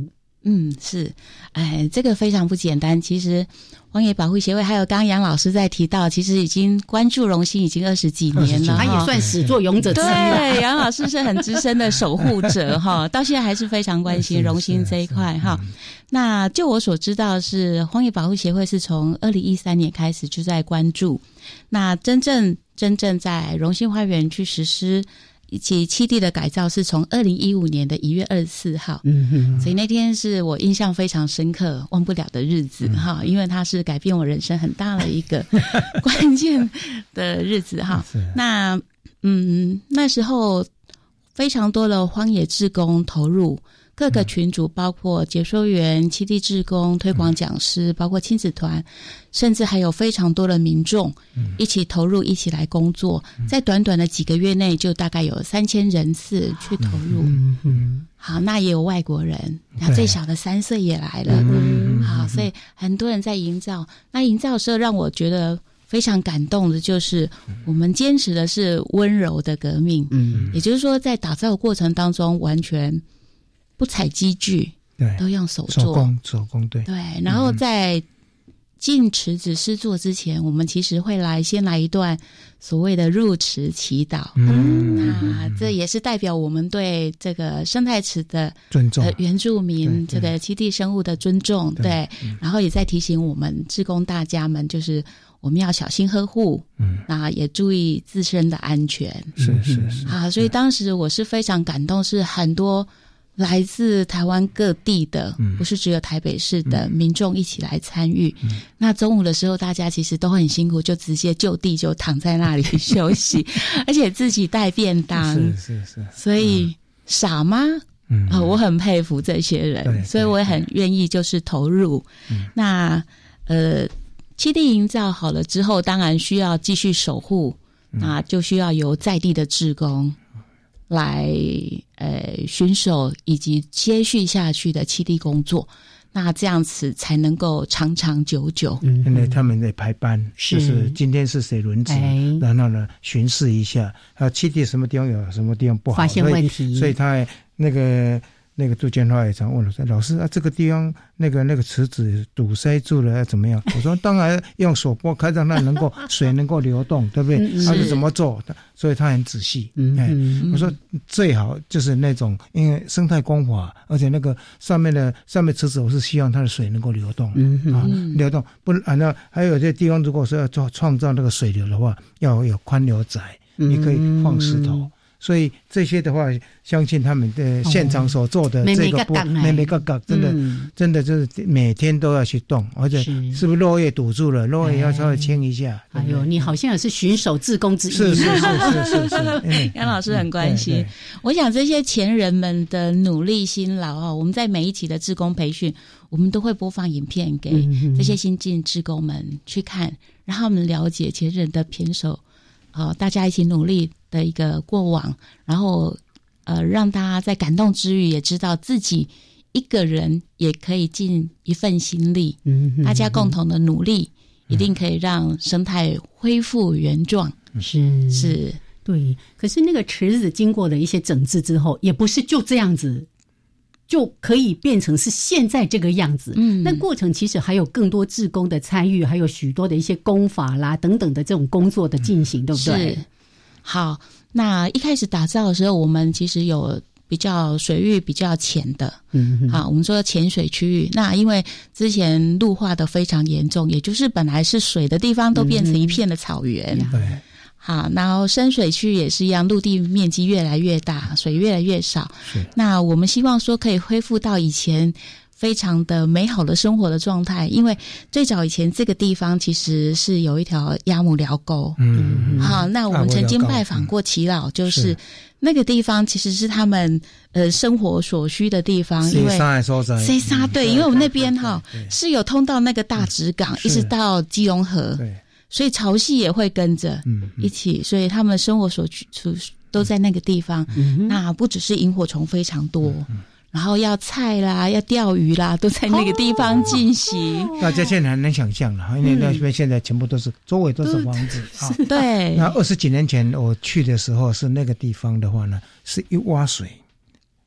嗯，是，哎，这个非常不简单。其实荒野保护协会还有刚刚杨老师在提到，其实已经关注荣兴已经二十几年了， 他也算始作俑者之一。 对，杨老师是很资深的守护者哈，到现在还是非常关心荣兴这一块哈。那就我所知道是荒野保护协会是从二零一三年开始就在关注，那真正真正在荣兴花园去实施以及栖地的改造是从二零一五年的一月二十四号，嗯哼，所以那天是我印象非常深刻、忘不了的日子哈、嗯，因为它是改变我人生很大的一个关键的日子哈。那嗯，那时候非常多的荒野志工投入。各个群组包括解说员、栖地志工、推广讲师，包括亲子团，甚至还有非常多的民众一起投入，一起来工作。在短短的几个月内，就大概有三千人次去投入。嗯嗯，好，那也有外国人，那最小的三岁也来了。嗯，好，所以很多人在营造。那营造的时候，让我觉得非常感动的就是我们坚持的是温柔的革命。嗯，也就是说，在打造的过程当中，完全不采机具，对，都用手做， 手工，手工，对， 对。然后在进池子施作之前，我们其实会来先来一段所谓的入池祈祷，嗯，那这也是代表我们对这个生态池的尊重， 呃、原住民这个栖地生物的尊重，对。对嗯、然后也在提醒我们志工大家们，就是我们要小心呵护，嗯，那也注意自身的安全， 是是是。 啊，所以当时我是非常感动，是很多来自台湾各地的、嗯、不是只有台北市的民众一起来参与、嗯、那中午的时候大家其实都很辛苦，就直接就地就躺在那里休息而且自己带便当， 是是是， 所以、嗯、傻吗？嗯、呃，我很佩服这些人，所以我也很愿意就是投入、嗯、那呃栖地营造好了之后，当然需要继续守护、嗯、那就需要由在地的志工来呃巡守以及接续下去的栖地工作，那这样子才能够长长久久。 嗯，因为他们在排班，是就是今天是谁轮值、哎，然后呢巡视一下，还有栖地什么地方有什么地方不好， 发现问题， 所以, 所以他那个那个杜建华也常问我说：“老师啊，这个地方那个那个池子堵塞住了，要怎么样？”我说：“当然用手拨开，让它能够水能够流动，对不对？他、嗯、是怎么做？所以他很仔细。嗯哎嗯、我说最好就是那种，因为生态工法，而且那个上面的上面池子，我是希望它的水能够流动、嗯、啊，流动不啊？那还有些地方，如果说要做创造那个水流的话，要有宽流窄，你可以放石头。嗯”所以这些的话，相信他们的现场所做的这个不，每每个岗真的、嗯、真的就是每天都要去动，而且是不是落叶堵住了，落叶要稍微清一下。 哎呦，你好像也是巡守志工之一， 是是是是是是。 杨老师很关心、嗯，我想这些前人们的努力辛劳啊，我们在每一期的志工培训，我们都会播放影片给这些新进志工们去看，让他们了解前人的偏手。呃，大家一起努力的一个过往，然后呃，让大家在感动之余，也知道自己一个人也可以尽一份心力，嗯，大家共同的努力，嗯、一定可以让生态恢复原状。 是是， 对。可是那个池子经过了一些整治之后，也不是就这样子就可以变成是现在这个样子。嗯，那过程其实还有更多志工的参与，还有许多的一些工法啦等等的这种工作的进行，嗯、对不对？ 是。好，那一开始打造的时候，我们其实有比较水域比较浅的，嗯，好，我们说浅水区域。那因为之前陆化的非常严重，也就是本来是水的地方都变成一片的草原。对、嗯。好，然后深水区也是一样，陆地面积越来越大，水越来越少。那我们希望说可以恢复到以前非常的美好的生活的状态，因为最早以前这个地方其实是有一条鸭母寮沟。嗯，好，那我们曾经拜访过耆老，就是、是那个地方其实是他们呃生活所需的地方，因为西沙对，因为我们那边哈是有通到那个大直港，一直到基隆河。对。所以潮汐也会跟着一起、嗯嗯、所以他们生活所处都在那个地方、嗯、那不只是萤火虫非常多、嗯、然后要菜啦要钓鱼啦都在那个地方进行、哦、 大家现在很难想象了，因为那边现在全部都是、嗯、周围都是房子、嗯啊、 对。 那二十几年前我去的时候是那个地方的话呢是一洼水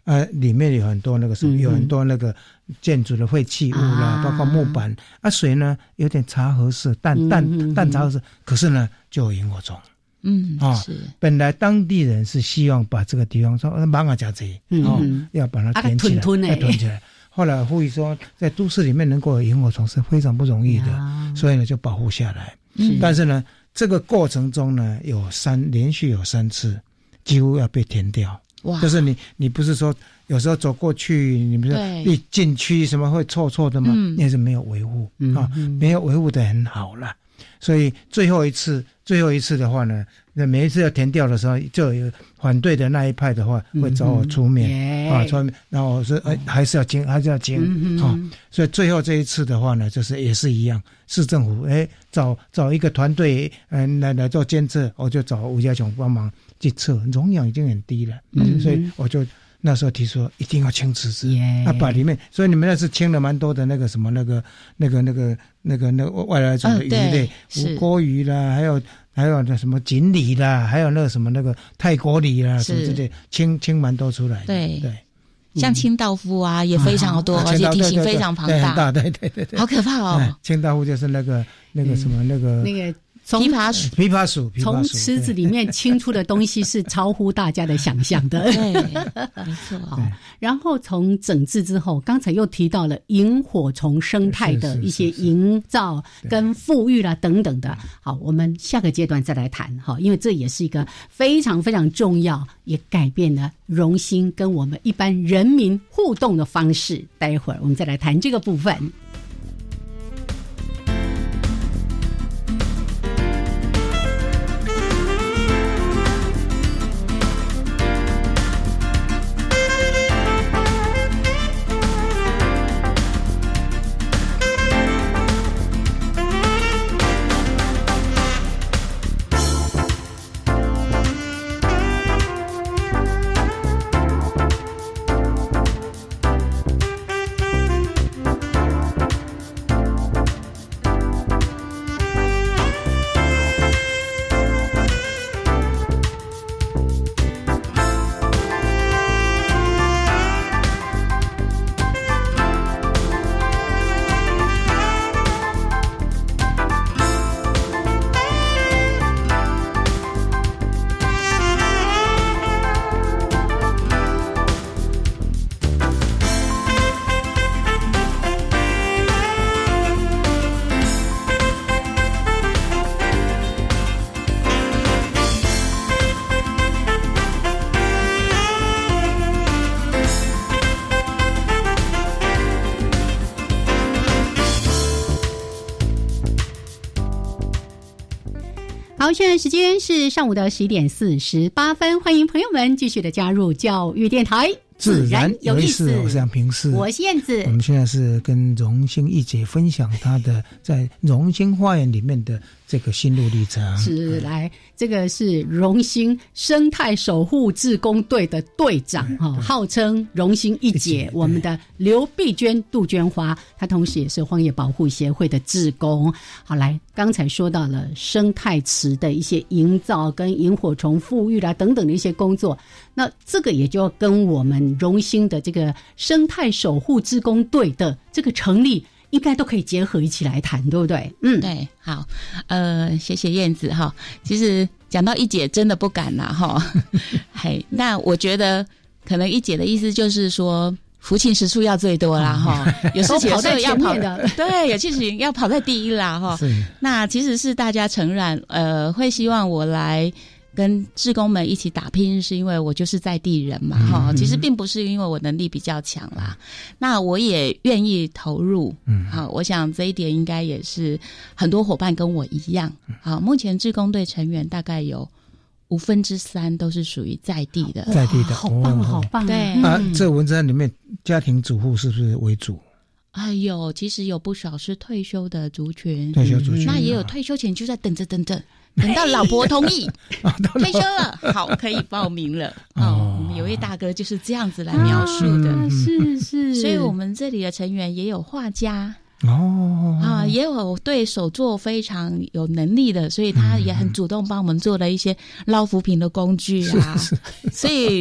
呃，里面有很多那个什么，嗯、有很多那个建筑的废弃物啦，啊、包括木板啊，水呢有点茶褐色，淡淡、嗯、淡茶褐色，可是呢就有萤火虫。 嗯啊、哦，本来当地人是希望把这个地方说芒啊加贼，哦，要把它填起来， 吞要吞起来。后来呼吁说，在都市里面能够有萤火虫是非常不容易的，啊、所以呢就保护下来。嗯、但是呢，这个过程中呢，有三连续有三次几乎要被填掉。哇！就是你你不是说有时候走过去，你们说一禁区什么会臭臭的吗？嗯、也是没有维护啊、嗯，没有维护的很好了。所以最后一次，最后一次的话呢，那每一次要填掉的时候，就有反对的那一派的话会找我出面、嗯、啊，出面，然后我说哎，还是要经，还是要经啊、嗯哦。所以最后这一次的话呢，就是也是一样，市政府哎找找一个团队嗯、呃、来来做监测，我就找吴家雄帮忙去测，容量已经很低了，嗯，所以我就。那时候提出一定要清池子， yeah. 啊，把里面，所以你们那是清了蛮多的那个什么那个那个那个那个那个外来种的鱼类，吴郭鱼啦，还有还有那什么锦鲤啦，还有那个什么那个泰国鲤啦，什么之类，清清蛮多出来的。 对对， 像清道夫啊，也非常多，而且体型非常庞大， 对对对对， 好可怕哦。 清道夫就是那个那个什么那个那个。 枇杷鼠， 枇杷鼠， 从池子里面清出的东西是超乎大家的想象的。 对，没错。 好，然后从整治之后，刚才又提到了萤火虫生态的一些营造跟富裕啦等等的。好，我们下个阶段再来谈哈，因为这也是一个非常非常重要，也改变了荣兴跟我们一般人民互动的方式。待一会儿我们再来谈这个部分。好，现在时间是上午的十一点四十八分，欢迎朋友们继续的加入教育电台， 自然有意思。我是杨平世， 我是燕子。 我们现在是跟荣兴一姐分享她的在荣兴花园里面的这个心路历程。 是，来，这个是荣兴生态守护志工队的队长哈，号称荣兴一姐，我们的刘碧娟、杜鹃花，她同时也是荒野保护协会的志工。好，来，刚才说到了生态池的一些营造跟萤火虫富裕啦等等的一些工作，那这个也就要跟我们荣兴的这个生态守护志工队的这个成立应该都可以结合一起来谈，对不对？ 嗯，对，好，呃，谢谢燕子哈。其实讲到一姐真的不敢啦哈，嘿，那我觉得可能一姐的意思就是说福庆时数要最多啦哈，有事情的要跑的，对，有事情要跑在第一啦哈。那其实是大家承认，呃，会希望我来跟志工们一起打拼，是因为我就是在地人嘛哈、嗯。其实并不是因为我能力比较强啦，那我也愿意投入。嗯，好，我想这一点应该也是很多伙伴跟我一样。好，目前志工队成员大概有五分之三都是属于在地的， 在地的， 好棒，好棒。 对啊，这文章里面家庭主妇是不是为主？ 哎呦，其实有不少是退休的族群， 退休族群， 那也有退休前就在等着等着。等到老婆同意退休了，好，可以报名了。哦，我们有位大哥就是这样子来描述的， 啊、是是。 所以我们这里的成员也有画家哦，啊， 也有对手作非常有能力的，所以他也很主动帮我们做了一些捞浮萍的工具啊。所以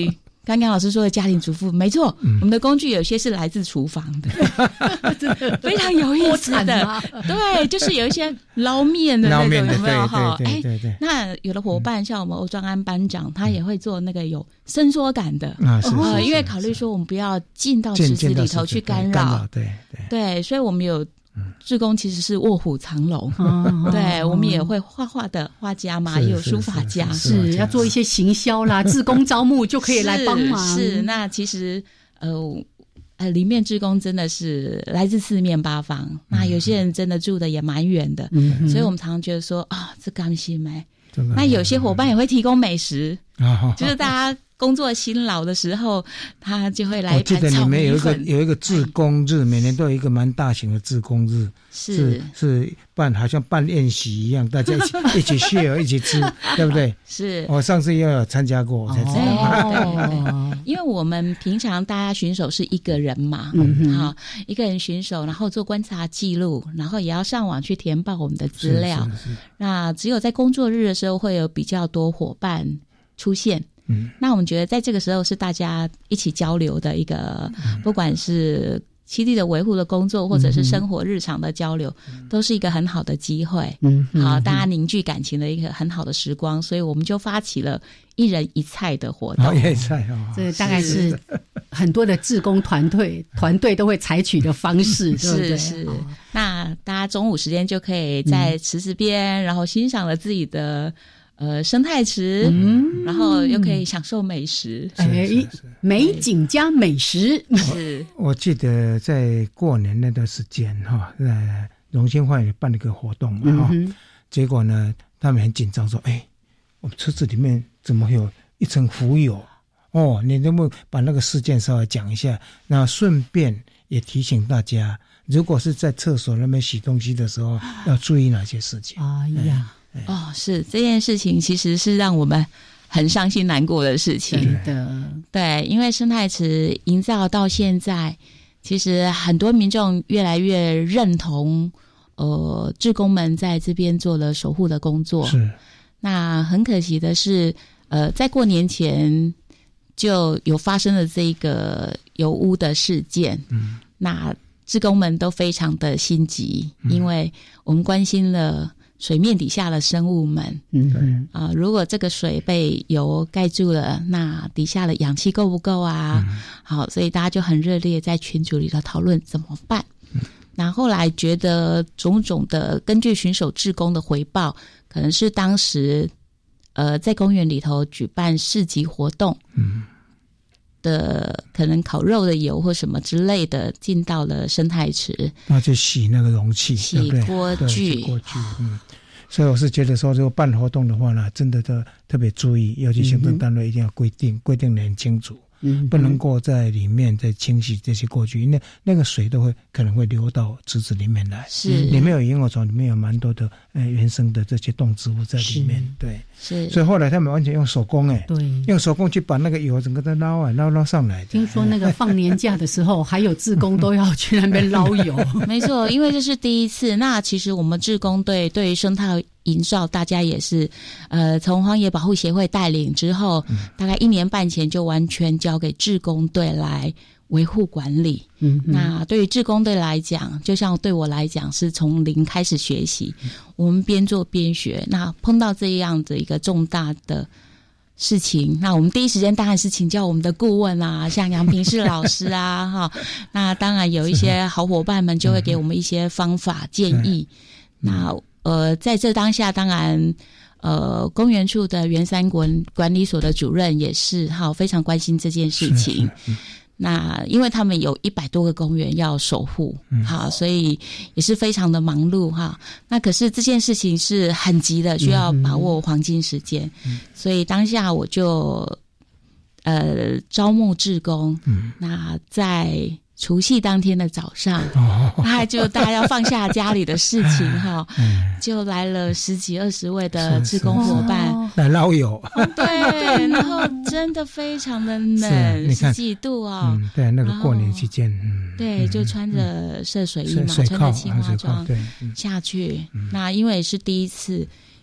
刚刚老师说的家庭主妇，没错，嗯、我们的工具有些是来自厨房的，非常有意思的。对，就是有一些捞面的那种，有没有哈？哎，那有的伙伴、嗯、像我们欧专安班长，他也会做那个有伸缩感的啊，是是是是是因为考虑说我们不要进到池子里头去干扰，干扰对对对，所以我们有。志工其实是卧虎藏龙，嗯、对、嗯、我们也会画画的画家嘛，也有书法家， 是要做一些行销啦，志工招募就可以来帮忙。 是, 是，那其实呃呃，里面志工真的是来自四面八方，嗯、那有些人真的住的也蛮远的，嗯、所以我们常常觉得说啊，这甘心没。那有些伙伴也会提供美食，嗯、就是大家。工作辛劳的时候，他就会来一盘炒米粉。我记得你们有一个有一个志工日，每年都有一个蛮大型的志工日，是是办好像办宴席一样，大家一起一起 share 一起吃，对不对？是。我上次也有参加过，我才知道。 对对对，因为我们平常大家巡守是一个人嘛，嗯好，一个人巡守，然后做观察记录，然后也要上网去填报我们的资料。是是是。那只有在工作日的时候，会有比较多伙伴出现。嗯，那我们觉得在这个时候是大家一起交流的一个，嗯、不管是栖地的维护的工作，或者是生活日常的交流，嗯、都是一个很好的机会。嗯，好，大家凝聚感情的一个很好的时光，所以我们就发起了一人一菜的活动。 哦、一菜哦， 这大概是很多的志工团队团队都会采取的方式，对不对？ 是是。哦、那大家中午时间就可以在池子边，嗯、然后欣赏了自己的。呃，生态池，嗯，然后又可以享受美食， 哎，美景加美食。 是， 我记得在过年那段时间哈，在荣兴花园办了一个活动嘛哈，嗯、结果呢，他们很紧张说，哎，我们车子里面怎么有一层浮油？哦，你能不能把那个事件稍微讲一下？那顺便也提醒大家，如果是在厕所那边洗东西的时候，要注意哪些事情？ 哎呀。 哦，是这件事情其实是让我们很伤心难过的事情。 真的， 对，因为生态池营造到现在，其实很多民众越来越认同，呃，志工们在这边做了守护的工作。是，那很可惜的是，呃，在过年前就有发生了这个油污的事件。嗯，那志工们都非常的心急，嗯、因为我们关心了。水面底下的生物们，嗯啊、呃，如果这个水被油盖住了，那底下的氧气够不够啊？嗯、好，所以大家就很热烈在群组里头讨论怎么办。嗯、那后来觉得种种的，根据巡守志工的回报，可能是当时呃在公园里头举办市集活动，嗯。的可能烤肉的油或什么之类的进到了生态池， 那就洗那个容器， 洗锅具， 锅具，嗯。所以我是觉得说，如果办活动的话呢，真的都特别注意，尤其行政单位一定要规定，嗯、规定得很清楚。嗯，不能够在里面再清洗这些过去，因为那个水都会可能会流到池子里面来。是，里面有萤火虫，里面有蛮多的呃原生的这些动植物在里面。对，是。所以后来他们完全用手工哎，对，用手工去把那个油整个都捞啊捞捞上来。 听说那个放年假的时候，还有志工都要去那边捞油。 没错，因为这是第一次。那其实我们志工队对于生态营造，大家也是，呃，从荒野保护协会带领之后，嗯、大概一年半前就完全交给志工队来维护管理。嗯，那对于志工队来讲，就像对我来讲，是从零开始学习，嗯、我们边做边学。那碰到这样的一个重大的事情，那我们第一时间当然是请教我们的顾问啊，像杨平世老师啊，哈。那当然有一些好伙伴们就会给我们一些方法建议。嗯、那呃，在这当下，当然，呃，公园处的圆山管管理所的主任也是哈，非常关心这件事情。那因为他们有一百多个公园要守护，嗯、好，所以也是非常的忙碌哈。那可是这件事情是很急的，需要把握黄金时间，嗯、所以当下我就呃招募志工，嗯、那在除夕当天的早上，那就大家要放下家里的事情哈，就来了十几二十位的志工伙伴来捞油。 对，然后真的非常的冷，十几度哦。 嗯，对，那个过年期间，嗯， 对，就穿着涉水衣嘛，穿着青花装下去。那因为是第一次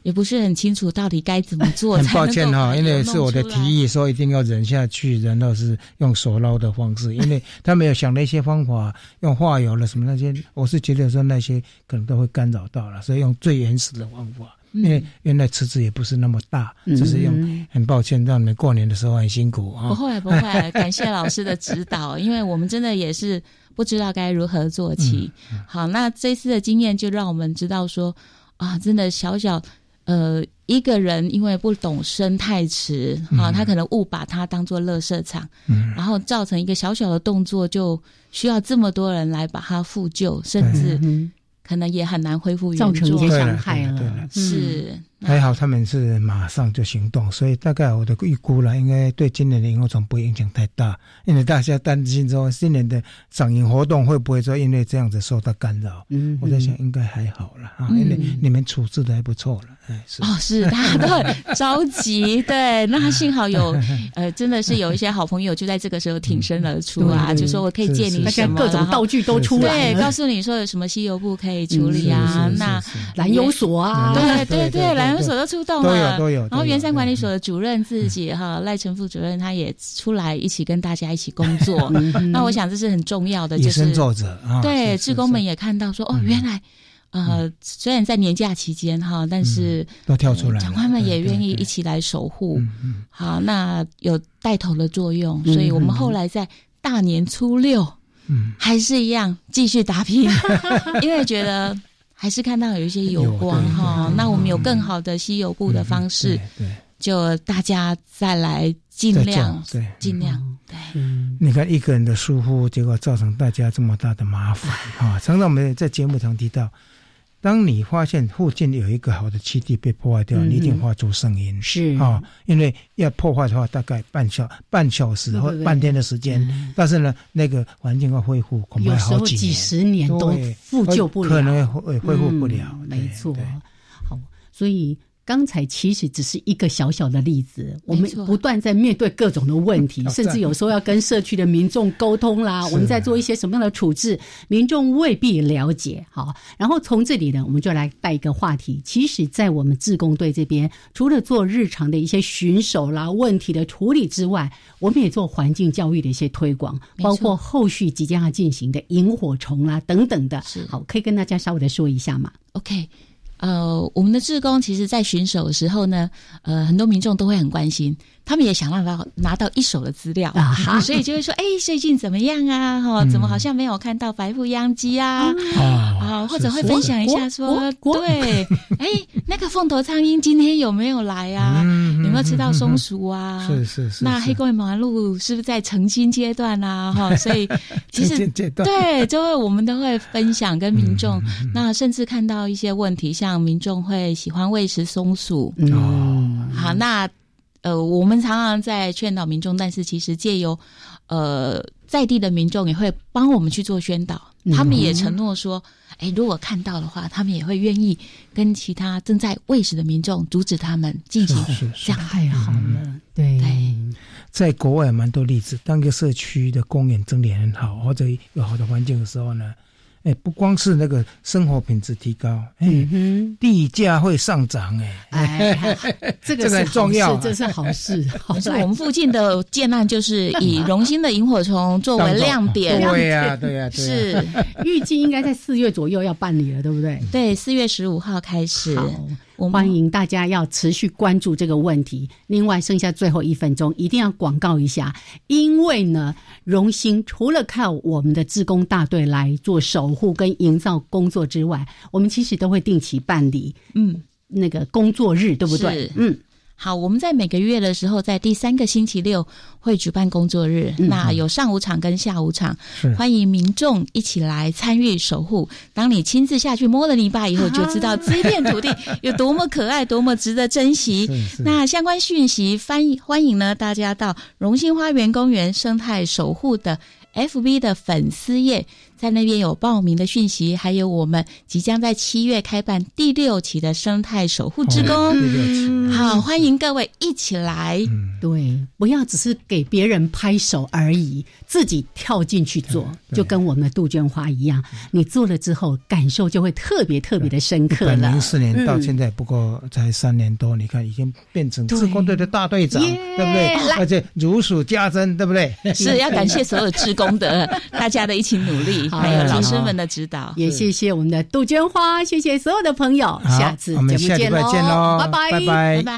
也不是很清楚到底该怎么做。 很抱歉哈、哦，因为是我的提议，说一定要忍下去，然后是用手捞的方式，因为他没有想那些方法，用化油了什么那些，我是觉得说那些可能都会干扰到了，所以用最原始的方法。因为原来池子也不是那么大，嗯、只是用，很抱歉让你们过年的时候很辛苦啊。 不会不会，感谢老师的指导，因为我们真的也是不知道该如何做起。嗯、好，那这次的经验就让我们知道说啊，真的小小呃一个人因为不懂生态池啊，他可能误把它当作垃圾场，嗯、然后造成一个小小的动作就需要这么多人来把它复救，甚至。可能也很难恢复原状， 造成一些伤害了。 对了， 是、 嗯、还好他们是马上就行动，所以大概我的预估了，应该对今年的萤火虫不会影响太大。因为大家担心说今年的赏萤活动会不会说因为这样子受到干扰？嗯，我在想应该还好了啊，嗯、因为你们处置的还不错了。哎，是哦，是大家都很着急，对，那幸好有呃，真的是有一些好朋友就在这个时候挺身而出啊，嗯、就说我可以借你什么， 各种道具都出来了，对，告诉你说有什么稀有布可以处理啊，嗯、那燃油所啊， 对对对，燃油所都出动了， 都有都有。 然后圆山管理所的主任自己哈赖陈副主任他也出来一起跟大家一起工作，那我想这是很重要的，就是以身作则啊， 对，志工们也看到说哦，原来。呃，虽然在年假期间哈，但是、 嗯、都跳出来了， 长官们也愿意一起来守护。好，那有带头的作用，嗯、所以我们后来在大年初六，嗯，还是一样继续打拼，因为觉得还是看到有一些有光哈。那我们有更好的稀有布的方式， 对， 就大家再来尽量， 对， 尽量。对， 嗯，你看一个人的疏忽，结果造成大家这么大的麻烦啊！常常我们在节目常提到。当你发现附近有一个好的栖地被破坏掉，嗯、你一定发出声音， 是啊、哦，因为要破坏的话，大概半小半小时或半天的时间，嗯、但是呢，那个环境要恢复，恐怕好几年、 几十年都复救不了， 可能会恢复不了。 嗯、没错，好，所以。刚才其实只是一个小小的例子，我们不断在面对各种的问题，甚至有时候要跟社区的民众沟通啦，我们在做一些什么样的处置，民众未必了解。好，然后从这里呢，我们就来带一个话题。其实在我们志工队这边，除了做日常的一些巡守啦、问题的处理之外，我们也做环境教育的一些推广，包括后续即将要进行的萤火虫啦等等的。好，可以跟大家稍微的说一下吗 ？OK。呃，我们的志工其实在巡守的时候呢，呃，很多民众都会很关心，他们也想让到拿到一手的资料啊，所以就会说，哎，最近怎么样啊？哈、哦，怎么好像没有看到白腹秧鸡啊？嗯、啊，或者会分享一下说，对，哎，那个凤头苍鹰今天有没有来啊？嗯、有没有吃到松鼠啊？ 是是是。 那黑公园马路是不是在澄清阶段啊？哈，所以其实对，就会我们都会分享跟民众，嗯、那甚至看到一些问题，像民众会喜欢喂食松鼠，嗯，好，那。呃，我们常常在劝导民众，但是其实借由呃在地的民众也会帮我们去做宣导，嗯、他们也承诺说，哎，如果看到的话，他们也会愿意跟其他正在喂食的民众阻止他们进行这样。 太好了，嗯、对对。 在国外蛮多例子，当一个社区的公园整理很好，或者有好的环境的时候呢。哎，不光是那个生活品质提高，哎，嗯、地价会上涨，哎， 哎，这个很重要， 这是好事。 好事，我们附近的建案就是以荣兴的萤火虫作为亮点， 对呀，对呀， 是预计应该在四月左右要办理了，对不对？ 对，四月十五号开始。 我欢迎大家要持续关注这个问题。另外，剩下最后一分钟，一定要广告一下，因为呢，荣兴除了靠我们的志工大队来做守护跟营造工作之外，我们其实都会定期办理，嗯，那个工作日，对不对？嗯。 好，我们在每个月的时候，在第三个星期六会举办工作日，嗯、那有上午场跟下午场，欢迎民众一起来参与守护。当你亲自下去摸了泥巴以后，就知道这一片土地有多么可爱，多么值得珍惜。那相关讯息，欢迎欢迎呢大家到荣兴花园公园生态守护的F B 的粉丝页， 在那边有报名的讯息，还有我们即将在七月开办第六期的生态守护志工、哦嗯、好，欢迎各位一起来、 嗯、对，不要只是给别人拍手而已，自己跳进去做，就跟我们的杜鹃花一样，你做了之后感受就会特别特别的深刻了。 零四年到现在不过才三年多、嗯、你看已经变成志工队的大队长， 对, 对不对？而且如数家珍，对不对？ 是要感谢所有志工的大家的一起努力，还有老师们的指导， 也谢谢我们的杜鹃花，谢谢所有的朋友，下次节目见喽， 拜拜， 拜拜，拜拜。